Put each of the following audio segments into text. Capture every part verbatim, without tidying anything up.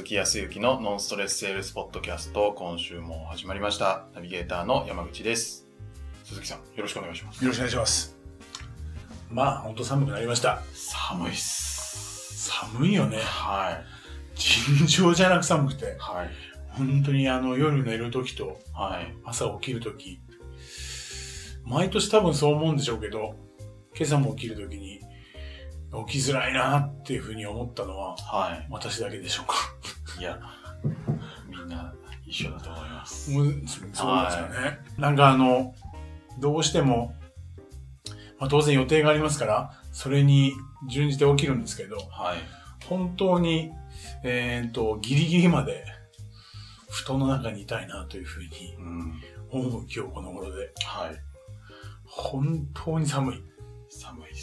木康之のノンストレスセールスポッドキャスト、今週も始まりました。ナビゲーターの山口です。鈴木さん、よろしくお願いします。 よろしくお願いします。まあ本当寒くなりました。 寒いっす。 寒いよね。 はい。 尋常じゃなく寒くて、 はい。 本当にあの夜寝るときと、 はい、 朝起きるとき、毎年多分そう思うんでしょうけど、今朝も起きるときに起きづらいなっていうふうに思ったのは、 はい、 私だけでしょうか。 いや、みんな一緒だと思います。 そうですよね。はい、なんかあのどうしても、まあ、当然予定がありますから、それに準じて起きるんですけど、 はい、 本当にえっとギリギリまで布団の中にいたいなというふうに思う今日この頃で、 はい、 本当に寒い。 寒いです。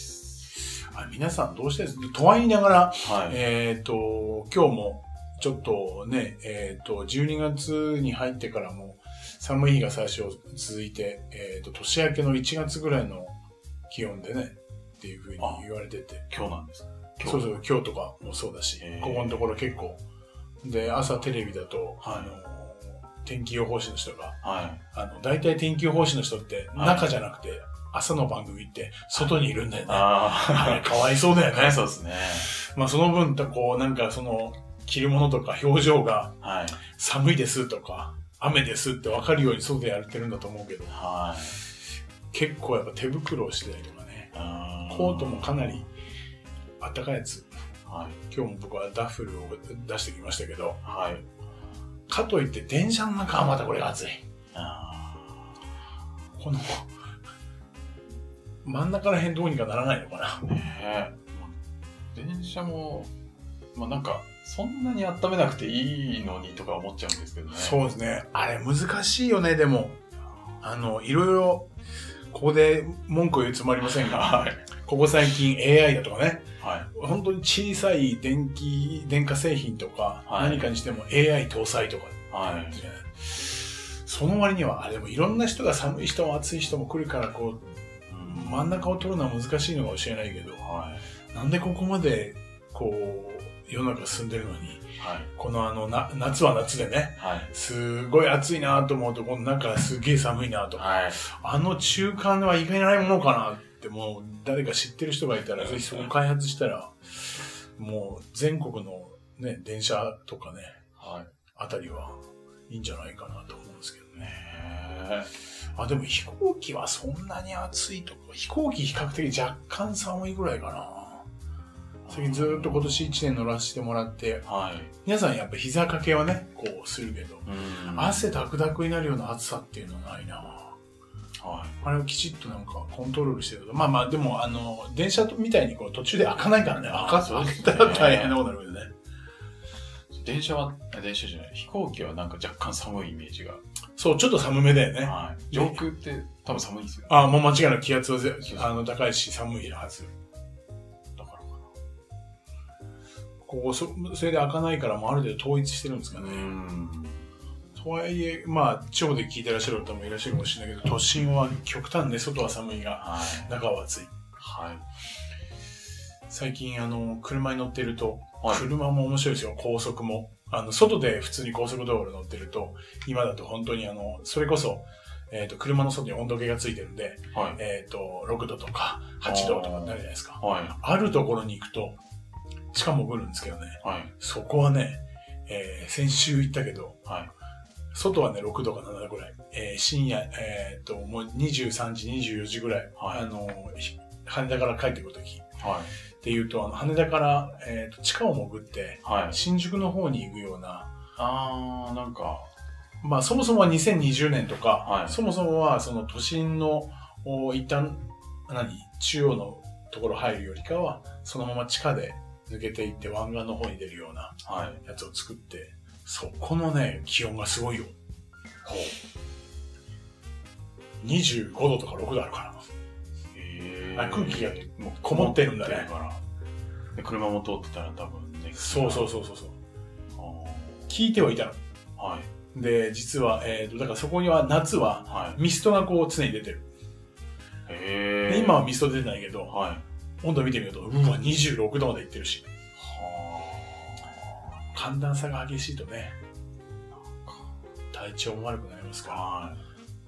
あ、皆さんどうしてですとは言いながら、 はい、 えっと今日もちょっとね、えっとじゅうにがつに入ってからも寒い日が最初続いて、えっと年明けのいちがつぐらいの気温でねっていうふうに言われてて、 今日なんですか？ そうそう、今日とかもそうだし、ここのところ結構で、朝テレビだと、はい、あの天気予報士の人が、はい、あの大体天気予報士の人って中じゃなくて、はい、朝の番組って外にいるんだよね。ああれかわいそうだよね。 そうですね。まあその分とこうなんかその着るものとか表情が、はい、寒いですとか雨ですって分かるように外でやってるんだと思うけど、はい、結構やっぱ手袋をしてたりとかね、コートもかなりあったかいやつ、はい、今日も僕はダッフルを出してきましたけど、はい、かといって電車の中はまたこれが暑い。あこの真ん中ら辺どうにかならないのかな。 ねえ、電車もまあなんかそんなに温めなくていいのにとか思っちゃうんですけどね。 そうですね。あれ難しいよね。でもあのいろいろここで文句を言うつもりませんが、はい、ここ最近 エーアイ だとかね、はい、本当に小さい電気電化製品とか、はい、何かにしても エーアイ 搭載とか、はい、その割にはあでもいろんな人が寒い人も暑い人も来るからこう、うん、真ん中を取るのは難しいのかもしれないけど、はい、なんでここまでこう世の中進んでるのに、はい、このあのな夏は夏でね、はい、すごい暑いなと思うとこの中すげえ寒いなとか、はい、あの中間は意外ないものかなってもう誰か知ってる人がいたら、ぜひそこ開発したらもう全国のね電車とかね、はい、あたりはいいんじゃないかなと思うんですけどね。あでも飛行機はそんなに暑いとか、飛行機比較的若干寒いぐらいかな。最近ずっと今年いちねん乗らせてもらって、はい、皆さんやっぱ膝掛けはねこうするけど、汗ダクダクになるような暑さっていうのはないな。はい、あれをきちっとなんかコントロールしてると、まあまあでもあの電車みたいにこう途中で開かないからね、開か開けたら大変なことになるけどね。 電車は電車じゃない飛行機はなんか若干寒いイメージが。 そうちょっと寒めだよね。 はい、上空って多分寒いですよね。 ああもう間違いなく気圧はあの高いし寒いはず。だからかな。ここ そ, それで開かないからもうある程度統一してるんですかね。うんとはいえ、まあ、地方で聞いてらっしゃる方もいらっしゃるかもしれないけど、都心は極端ね、外は寒いが、はい、中は暑い。はい、最近、あの、車に乗ってると、はい、車も面白いですよ、高速も。あの、外で普通に高速道路乗ってると、今だと本当にあの、それこそ、えっと、車の外に温度計がついてるんで、はい、えっと、ろくどとかはちどとかになるじゃないですか。はい、あるところに行くと、地下潜るんですけどね、はい、そこはね、えー、先週行ったけど、はい外はね、ろくどかななどぐらい。えー、深夜、えー、っと、もうにじゅうさんじ、にじゅうよじぐらい。はい、あの、羽田から帰ってくるとき。はい。っていうと、あの、羽田から、えー、っと、地下を潜って、はい。新宿の方に行くような。 あー、なんか。 まあ、そもそもはにせんにじゅうねんとか、はい。そもそもは、その都心の、一旦、何、中央のところ入るよりかは、そのまま地下で抜けていって湾岸の方に出るような、はい。やつを作って、そこのね、気温がすごいよ。ほう。にじゅうごどとかろくどあるから。へー。空気がもうこもってるんだね。からで車も通ってたら多分ね。 そうそうそうそうそう。聞いてはいたの。はい。で、実は、えーと、だからそこには夏はミストがこう常に出てる。へー。で今はミスト出てないけど、はい。温度見てみると、うわ、にじゅうろくどまでいってるし。か寒暖差が激しいとね、体調も悪くなりますから、はい、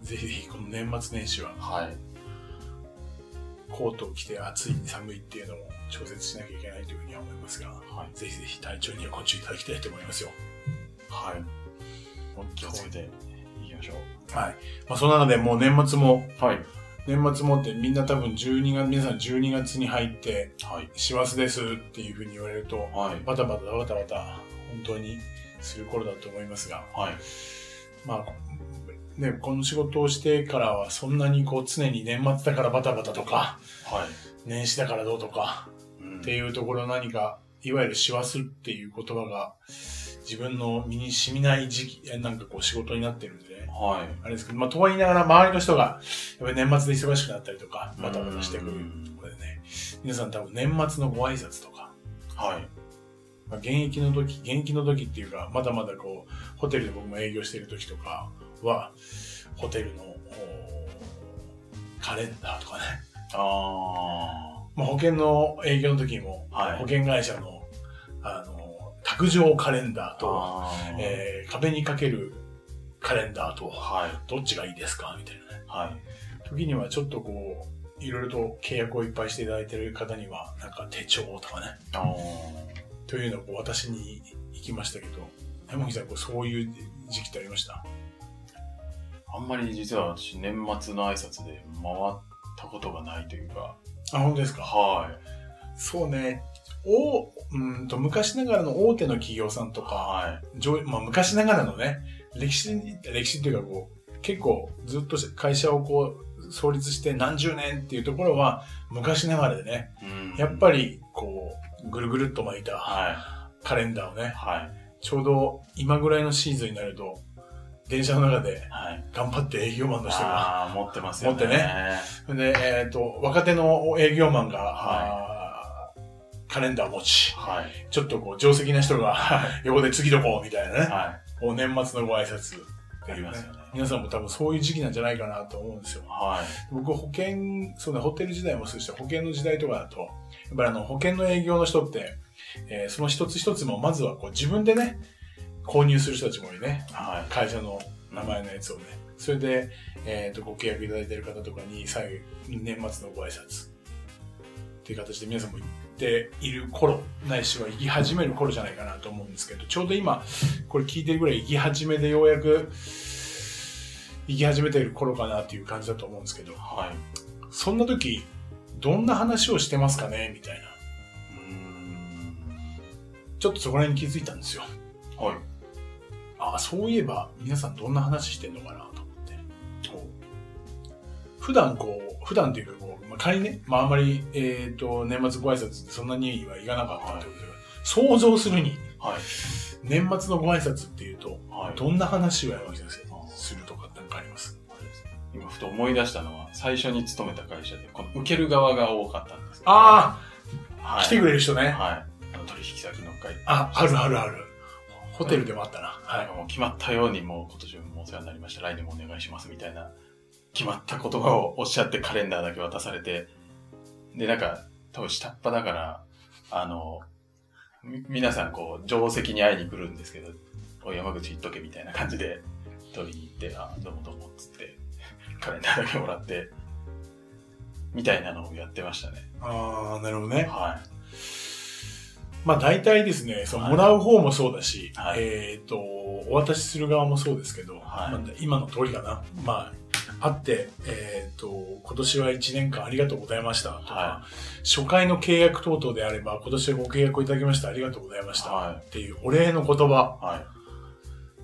ぜひぜひこの年末年始は、はい、コートを着て暑い寒いっていうのも調節しなきゃいけないというふうには思いますが、はい、ぜひぜひ体調にはご注意いただきたいと思いますよ。 はい。気をつけていきましょう。 はい。まあそんなのでもう年末も、はい、年末もってみんな多分じゅうにがつ、皆さんじゅうにがつに入って、はい、師走ですっていうふうに言われると、はい、バタバタバタバタ本当にする頃だと思いますが、はい、まあね、この仕事をしてからはそんなにこう常に年末だからバタバタとか、はい、年始だからどうとか、うん、っていうところ何かいわゆる師走っていう言葉が自分の身に染みない時期、なんかこう仕事になってるんでね。はい。あれですけど、まあとは言いながら周りの人が、やっぱり年末で忙しくなったりとか、バタバタしてくるところでね。皆さん多分年末のご挨拶とか。はい。まあ、現役の時、現役の時っていうか、まだまだこう、ホテルで僕も営業してる時とかは、ホテルのカレンダーとかね。ああ。まあ保険の営業の時も、はい、保険会社の、あの、卓上カレンダーと、えー、壁にかけるカレンダーと、はい、どっちがいいですかみたいなね。はい。時にはちょっとこう、いろいろと契約をいっぱいしていただいている方には、なんか手帳とかね。あというのをこう私に行きましたけど、山口さん、こうそういう時期ってありました？ あんまり実は私、年末の挨拶で回ったことがないというか。 あ、本当ですか？はい。そうね。おうんと昔ながらの大手の企業さんとか、はい、まあ、昔ながらのね、歴史、歴史っていうかこう、結構ずっと会社をこう、創立して何十年っていうところは、昔ながらでね、うん、やっぱりこう、ぐるぐるっと巻いたカレンダーをね、はい、ちょうど今ぐらいのシーズンになると、電車の中で頑張って営業マンの人が、 はい、持ってますよね。 持ってね。で、えっと、若手の営業マンが、はいカレンダー持ち、はい、ちょっとこう、定石な人が、横で次どこみたいなね、はい、こう年末のご挨拶っていうね、ね皆さんも多分そういう時期なんじゃないかなと思うんですよ。はい、僕、保険、そうね、ホテル時代もそうでした。保険の時代とかだと、やっぱりあの、保険の営業の人って、えー、その一つ一つもまずはこう自分でね、購入する人たちもいるね、はい、会社の名前のやつをね、それで、えっと、ご契約いただいている方とかに、最後、年末のご挨拶っていう形で皆さんもっている頃、ないしは生き始める頃じゃないかなと思うんですけど、ちょうど今、これ聞いてるぐらい生き始めでようやく生き始めている頃かなっていう感じだと思うんですけど、はい、そんな時、どんな話をしてますかねみたいな。うーんちょっとそこら辺に気づいたんですよ。はい。ああ、そういえば皆さんどんな話してんのかなと思って。普段こう、普段っていうかこう、まあ、仮にね、まああんまり、えっと、年末ご挨拶ってそんなにはいかなかったってことですけど、想像するに、はい、年末のご挨拶っていうと、はい、どんな話を山口先生するとかって何かあります？ 今ふと思い出したのは、最初に勤めた会社で、この受ける側が多かったんです。 ああ、はい、来てくれる人ね。はい。 あの取引先の会。 あ、あるあるある。ホテルでもあったな。 はい。もう決まったようにもう今年もお世話になりました。来年もお願いしますみたいな。決まった言葉をおっしゃってカレンダーだけ渡されて、で、なんか、多分下っ端だから、あの、皆さんこう、定石に会いに来るんですけど、おい、山口行っとけみたいな感じで取りに行って、あ、どうもどうもっつって、カレンダーだけもらって、みたいなのをやってましたね。 ああ、なるほどね。はい。まあ大体ですね、そのもらう方もそうだし、はい、えっと、お渡しする側もそうですけど、はい、まあ、今の通りかな。まあ、あって、えっと、今年はいちねんかんありがとうございましたとか、はい、初回の契約等々であれば、今年はご契約をいただきましたありがとうございました、はい、っていうお礼の言葉、はい、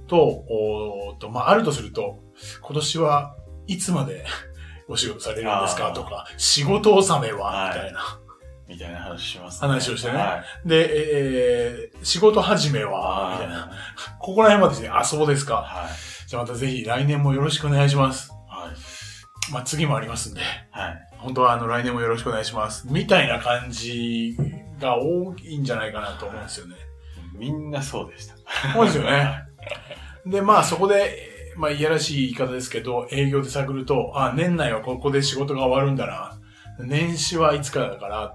と、おと、まああるとすると、今年はいつまでお仕事されるんですかとか、仕事納めは、みたいな。はいみたいな話しますね。話をしてね。はい、で、えー、仕事始めは、みたいな。ここら辺までですね、あ、そうですか。はい、じゃあまたぜひ来年もよろしくお願いします。はい。まあ次もありますんで。はい。本当はあの来年もよろしくお願いします。みたいな感じが多いんじゃないかなと思うんですよね。 みんなそうでした。 そうですよね。で、まあそこで、まあいやらしい言い方ですけど、営業で探ると、あ、年内はここで仕事が終わるんだな。年始はいつからだから、っ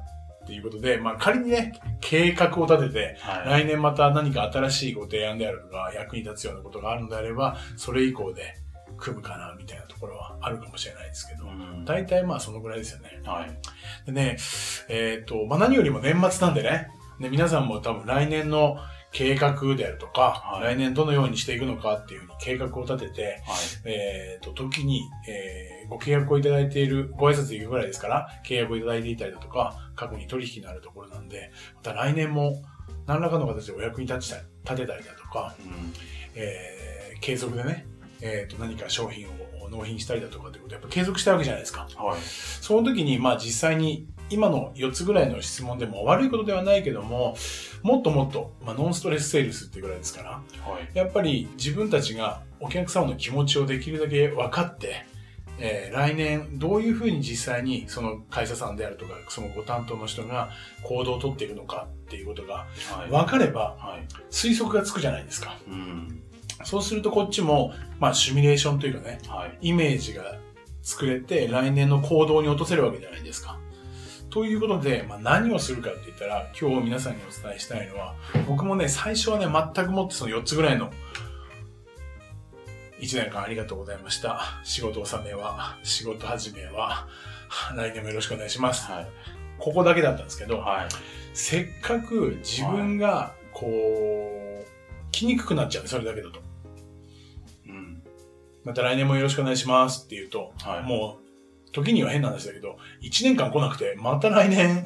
っていうことで、まあ仮にね、計画を立てて、はい、来年また何か新しいご提案であるとか、役に立つようなことがあるのであれば、それ以降で組むかな、みたいなところはあるかもしれないですけど、うん、大体まあそのぐらいですよね。はい。でね、えっと、まあ何よりも年末なんでね、で皆さんも多分来年の計画であるとか、はい、来年どのようにしていくのかっていうふうに計画を立てて、はい、えっと、時に、えー、ご契約をいただいている、ご挨拶行くぐらいですから、契約をいただいていたりだとか、過去に取引のあるところなんで、また来年も何らかの形でお役に立ちたい、立てたりだとか、うん、えー、継続でね、えっと、何か商品を納品したりだとかってことやっぱ継続したいわけじゃないですか。はい、その時に、まあ実際に、今のよっつぐらいの質問でも悪いことではないけども、もっともっと、まあ、ノンストレスセールスっていうぐらいですから、はい、やっぱり自分たちがお客様の気持ちをできるだけ分かって、えー、来年どういうふうに実際にその会社さんであるとか、そのご担当の人が行動をとっていくのかっていうことが分かれば、推測がつくじゃないですか。はいはい、うん、そうするとこっちも、まあ、シミュレーションというかね、はい、イメージが作れて来年の行動に落とせるわけじゃないですか。ということで、まあ、何をするかって言ったら、今日皆さんにお伝えしたいのは、僕もね、最初はね、全くもってそのよっつぐらいの、いちねんかんありがとうございました。仕事納めは、仕事始めは、来年もよろしくお願いします。はい、ここだけだったんですけど、はい、せっかく自分が、こう、来にくくなっちゃうね、それだけだと。うん、また来年もよろしくお願いしますって言うと、はい、もう、時には変な話だけど、いちねんかん来なくて、また来年、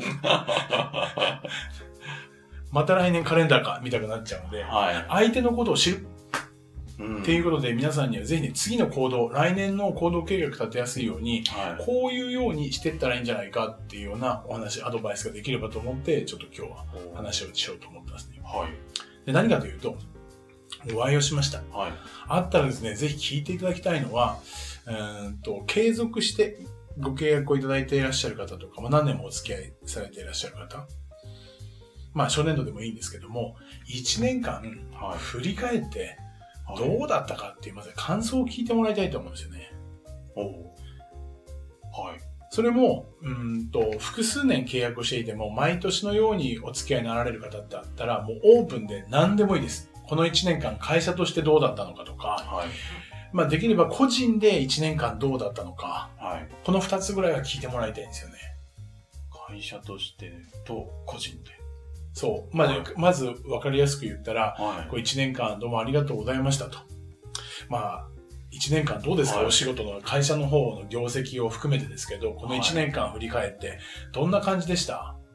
また来年カレンダーか、見たくなっちゃうので、はい、相手のことを知る。うん、っていうことで、皆さんにはぜひね、次の行動、来年の行動計画立てやすいように、はい、こういうようにしていったらいいんじゃないかっていうようなお話、アドバイスができればと思って、ちょっと今日は話をしようと思ってますね。はい、で何かというと、お会いをしました。はい、あったらですね、ぜひ聞いていただきたいのは、うんと継続してご契約をいただいていらっしゃる方とか、まあ、何年もお付き合いされていらっしゃる方、まあ初年度でもいいんですけども、いちねんかん振り返ってどうだったかっていうまず感想を聞いてもらいたいと思うんですよね。おはい。それもうんと複数年契約をしていても毎年のようにお付き合いになられる方ってあったらもうオープンで何でもいいです。このいちねんかん会社としてどうだったのかとか、はい、まあできれば個人でいちねんかんどうだったのか、はい、このふたつぐらいは聞いてもらいたいんですよね。 会社としてと個人で。 そう。まあ、はい、まず分かりやすく言ったら、はい、こういちねんかんどうもありがとうございましたと。まあ、いちねんかんどうですか、はい、お仕事の会社の方の業績を含めてですけど、このいちねんかん振り返って、どんな感じでした、はい、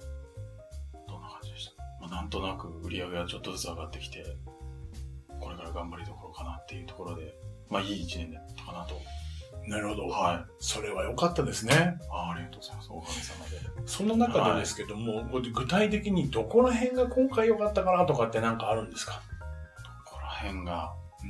どんな感じでした、まあ、なんとなく売り上げがちょっとずつ上がってきて、これから頑張りどころかなっていうところで、まあいいいちねんだったかなと。 なるほど。はい。それは良かったですね。 あ, ありがとうございます。おかげさまで。 その中でですけども、はい、具体的にどこら辺が今回良かったかなとかって何かあるんですか？ どこら辺が、 うん、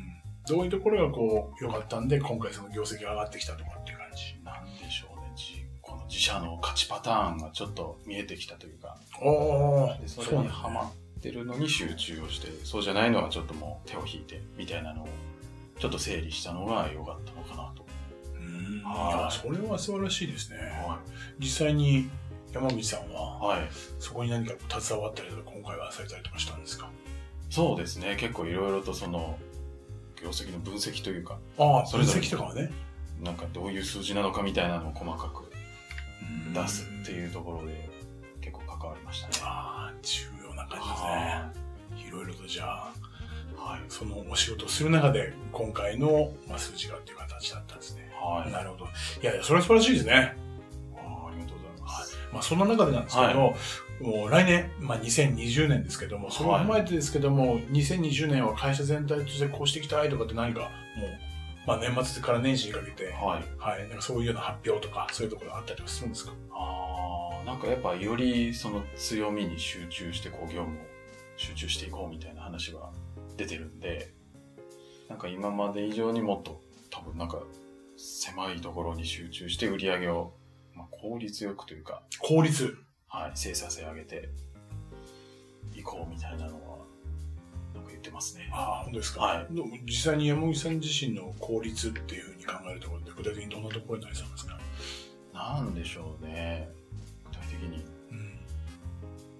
どういうところがこう良かったんで、今回その業績が上がってきたとかっていう感じ。 なんでしょうね。この自社の勝ちパターンがちょっと見えてきたというか。 おー。 でそれにハマってるのに集中をして、そうじゃないのはちょっともう手を引いてみたいなのをちょっと整理したのが良かったのかなと。 はい、それは素晴らしいですね。はい、実際に山口さんは、はい、そこに何か携わったりとか今回はされたりとかしたんですか？ そうですね。結構いろいろとその業績の分析というか、 ああ、それぞれ分析とかはね、 なんかどういう数字なのかみたいなのを細かく出すっていうところで結構関わりましたね。ああ、 重要な感じですね。いろいろとじゃあ。はい、そのお仕事をする中で今回の、まあ、数字がっていう形だったんですね。はい。なるほど。いやいや、それは素晴らしいですね。 あ, ありがとうございます。 はい、まあ、そんな中でなんですけど、はい、もう来年、まあ、にせんにじゅうねんですけども、それを踏まえてですけども、はい、にせんにじゅうねんは会社全体としてこうしていきたいとかって何かもう、まあ、年末から年始にかけて、はい。はい。なんかそういうような発表とか、そういうところがあったりとかするんですか？ ああ、なんかやっぱよりその強みに集中して、こう業務を集中していこうみたいな話は出てるんで、なんか今まで以上にもっと多分なんか狭いところに集中して売り上げを、まあ、効率よくというか効率はい生産性上げていこうみたいなのはなんか言ってますね。 ああ、本当ですか。はい。実際に山口さん自身の効率っていうふうに考えるところで具体的にどんなところになりそうなんですか？ なんでしょうね。具体的に、うん、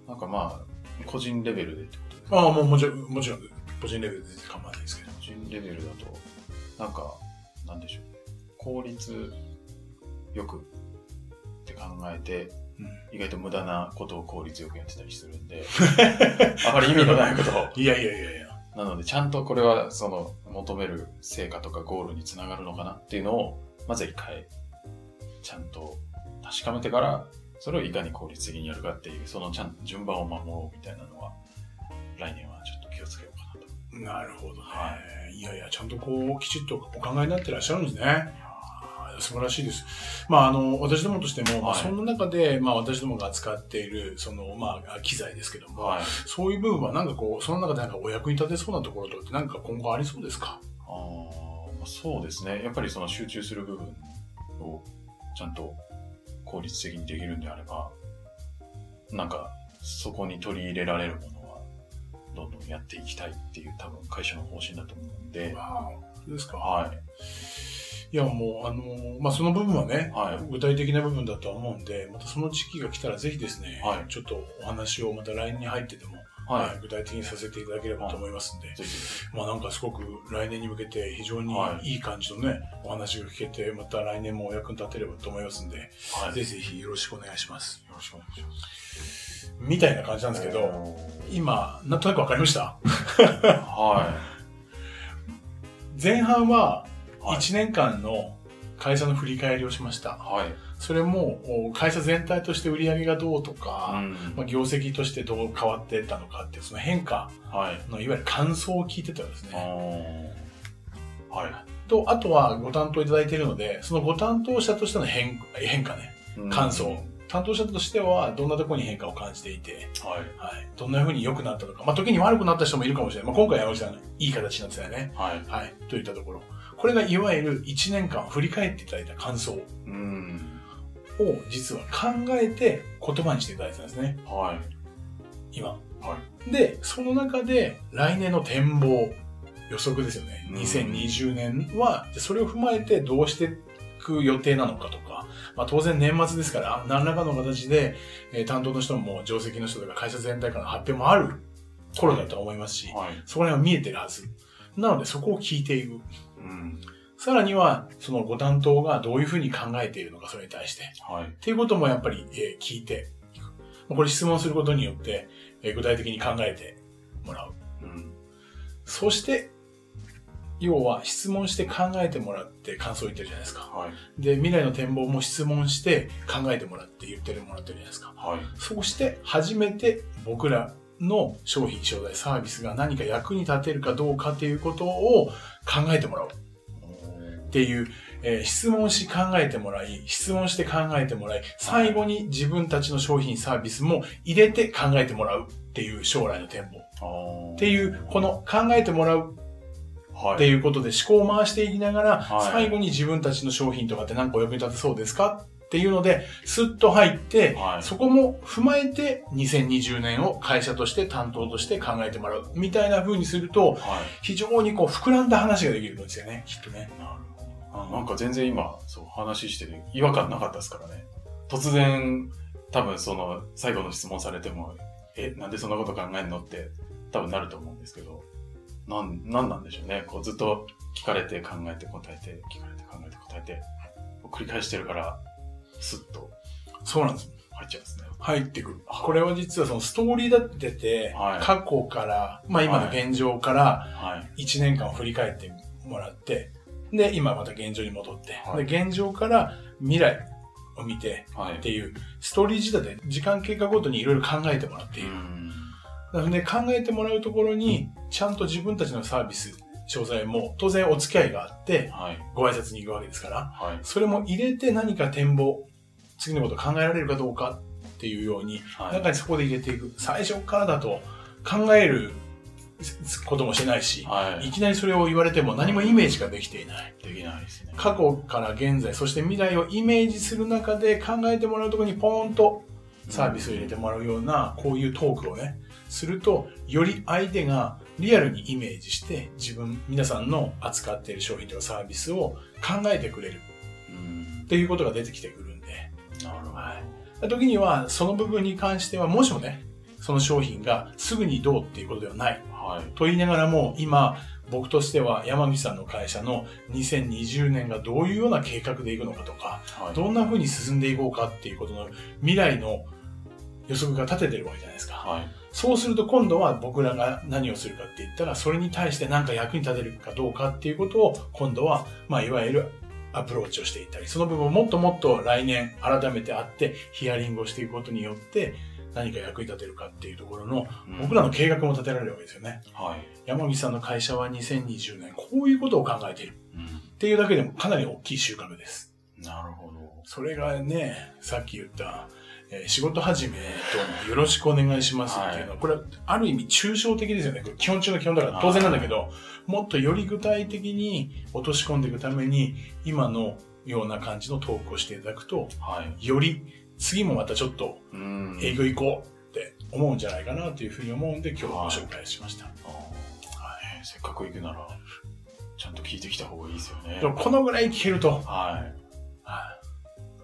なんかまあ、個人レベルでってことですか？ああ、もうもちろん、もちろん、個人レベルで構わないですけど。 個人レベルだと、なんか、なんでしょう。効率よくって考えて、うん、意外と無駄なことを効率よくやってたりするんで、あまり意味のないことを。 いやいやいやいや。 なので、ちゃんとこれは、その、求める成果とかゴールにつながるのかなっていうのを、まず一回、ちゃんと確かめてから、それをいかに効率的にやるかっていう、そのちゃんと順番を守ろうみたいなのは、来年はちょっと気をつけようかなと。なるほどね。はい、いやいや、ちゃんとこう、きちっとお考えになってらっしゃるんですね。素晴らしいです。まあ、あの、私どもとしても、はい、まあ、その中で、まあ、私どもが扱っている、その、まあ、機材ですけども、はい、そういう部分は、なんかこう、その中でなんかお役に立てそうなところとって、なんか今後ありそうですか？ ああ、そうですね。やっぱりその集中する部分を、ちゃんと効率的にできるんであれば、なんか、そこに取り入れられるものは、どんどんやっていきたいっていう、多分会社の方針だと思うんで。 ああ、そうですか。 はい。 いや、もう、あのー、まあ、その部分はね、はい、具体的な部分だとは思うんで、またその時期が来たらぜひですね、はい、ちょっとお話をまた ライン に入ってでも、はいはい、具体的にさせていただければと思いますんで、はい、まあなんかすごく来年に向けて非常にいい感じのね、はい、お話が聞けて、また来年もお役に立てればと思いますんで、はい、ぜひぜひよろしくお願いします。 よろしくお願いします。 みたいな感じなんですけど、今、なんとなくわかりましたはい。 前半はいちねんかんの会社の振り返りをしました。はい。それも会社全体として売り上げがどうとか、うん、まあ、業績としてどう変わっていったのかっていうその変化の、はい、いわゆる感想を聞いてたんですね。はい。と、あとはご担当いただいているので、そのご担当者としての 変, 変化ね、感想。うん、担当者としてはどんなところに変化を感じていて、はいはい、どんな風に良くなったのか、まあ、時に悪くなった人もいるかもしれない。まあ、今回山口さんいい形になってたよね。はいはい、といったところ。これがいわゆるいちねんかん振り返っていただいた感想を実は考えて言葉にしていただいてたんですね。はい、今、はい。で、その中で来年の展望、予測ですよね。にせんにじゅうねんは、それを踏まえてどうしていく予定なのかとか、まあ、当然年末ですから、何らかの形で、えー、担当の人も上席の人とか会社全体からの発表もある頃だとは思いますし、はい、そこら辺は見えてるはず。なのでそこを聞いていく。うん、さらには、そのご担当がどういうふうに考えているのか、それに対して。はい。っていうこともやっぱり、えー、聞いていく。これ質問することによって、えー、具体的に考えてもらう。うん。そして、要は質問して考えてもらって感想を言ってるじゃないですか。はい。で、未来の展望も質問して考えてもらって言ってるもらってるじゃないですか。はい。そうして初めて僕らの商品、商材、サービスが何か役に立てるかどうかっていうことを考えてもらおう。っていう、えー、質問し考えてもらい、質問して考えてもらい、最後に自分たちの商品、サービスも入れて考えてもらうっていう将来の展望。っていう、この考えてもらうっていうことで思考を回していきながら、はい、最後に自分たちの商品とかって何かお役に立てそうですかっていうので、スッと入って、はい、そこも踏まえてにせんにじゅうねんを会社として担当として考えてもらうみたいな風にすると、はい、非常にこう膨らんだ話ができるんですよね、きっとね。なるほど。なんか全然今、そう話してて違和感なかったですからね。突然、多分その最後の質問されても、え、なんでそんなこと考えんのって多分なると思うんですけど、なん、なんなんでしょうね。こうずっと聞かれて考えて答えて、聞かれて考えて答えて、繰り返してるから、スッと。 そうなんです。 入っちゃうんですね。 入ってくる。これは実はそのストーリーだってて、はい、過去から、まあ今の現状からいちねんかんを振り返ってもらって、で、今また現状に戻って、はい、で現状から未来を見てっていう、ストーリー仕立て、時間経過ごとにいろいろ考えてもらっている。なので考えてもらうところに、ちゃんと自分たちのサービス、商材も当然お付き合いがあって、はい、ご挨拶に行くわけですから、はい、それも入れて何か展望、次のことを考えられるかどうかっていうように、はい、中にそこで入れていく。最初からだと考えることもしないし、はい、いきなりそれを言われても何もイメージができていない。 できないですね。 過去から現在、そして未来をイメージする中で考えてもらうところにポーンとサービスを入れてもらうような、こういうトークをね、すると、より相手がリアルにイメージして、自分、皆さんの扱っている商品とかサービスを考えてくれる。っていうことが出てきてくるんで。なるほど。はい。時には、その部分に関しては、もしもね、 その商品がすぐにどうっていうことではない。 はい。 と言いながらも、今、僕としては山口さんの会社のにせんにじゅうねんがどういうような計画でいくのかとか、はい、どんな風に進んでいこうかっていうことの未来の予測が立ててるわけじゃないですか。はい、そうすると今度は僕らが何をするかって言ったら、それに対して何か役に立てるかどうかっていうことを今度は、まあいわゆるアプローチをしていったり、その部分をもっともっと来年改めて会ってヒアリングをしていくことによって何か役に立てるかっていうところの、僕らの計画も立てられるわけですよね。うん、はい、山口さんの会社はにせんにじゅうねんこういうことを考えている、うん、っていうだけでもかなり大きい収穫です。 なるほど。 それがね、さっき言ったえー、仕事始めとよろしくお願いしますっていうのは、はい、これはある意味抽象的ですよね。これ基本中の基本だから当然なんだけど、もっとより具体的に落とし込んでいくために、今のような感じのトークをしていただくと、はい、より次もまたちょっと営業行こうって思うんじゃないかなというふうに思うんで、今日ご紹介しました。はいはい、せっかく行くなら、ちゃんと聞いてきた方がいいですよね。 このぐらい聞けると。はい。 はい、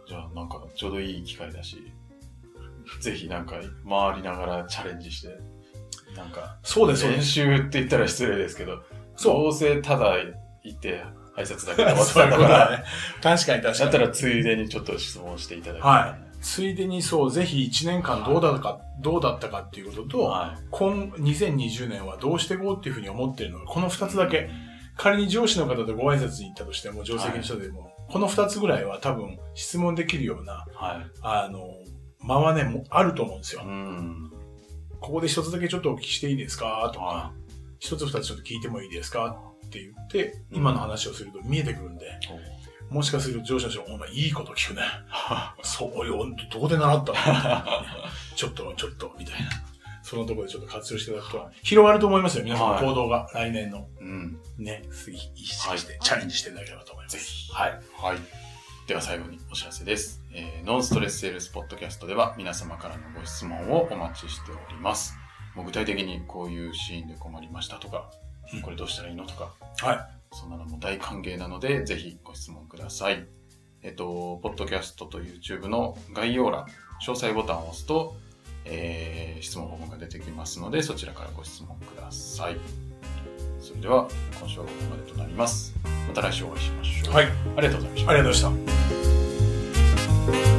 じゃあなんかちょうどいい機会だし、ぜひなんか回りながらチャレンジして、なんか、 そうです、 練習って言ったら失礼ですけど、どうせただ行って挨拶だけで終わってたから、 ね、確かに確かに。 だったらついでにちょっと質問していただきたい、 はい。ついでにそう、ぜひいちねんかんどうだったか、はい、どうだったかっていうことと、はい、今、にせんにじゅうねんはどうしていこうっていうふうに思っているのが、このふたつだけ、仮に上司の方とご挨拶に行ったとしても、上席の人でも、はい、このふたつぐらいは多分質問できるような、はい、あの、間はね、もあると思うんですよ。うん、ここで一つだけちょっとお聞きしていいですかとか、一つ二つちょっと聞いてもいいですかって言って、今の話をすると見えてくるんで、うん、もしかすると上司の人が、お前いいこと聞くね。そうよ、どこで習ったのちょっと、ちょっと、みたいな。そのところでちょっと活用していただくと、広がると思いますよ、皆さんの行動が、はい、来年の。うん、ね、次、意識して、はい、チャレンジしていただければと思います。 ぜひ。はい。はい。では最後にお知らせです。えー、ノンストレスセールスポッドキャストでは皆様からのご質問をお待ちしております。もう具体的にこういうシーンで困りましたとか、うん、これどうしたらいいのとか、はい。そんなのも大歓迎なので、ぜひご質問ください。えっと、ポッドキャストと YouTube の概要欄、詳細ボタンを押すと、えー、質問フォームが出てきますので、そちらからご質問ください。それでは、今週はここまでとなります。また来週お会いしましょう。はい。ありがとうございました。 ありがとうございました。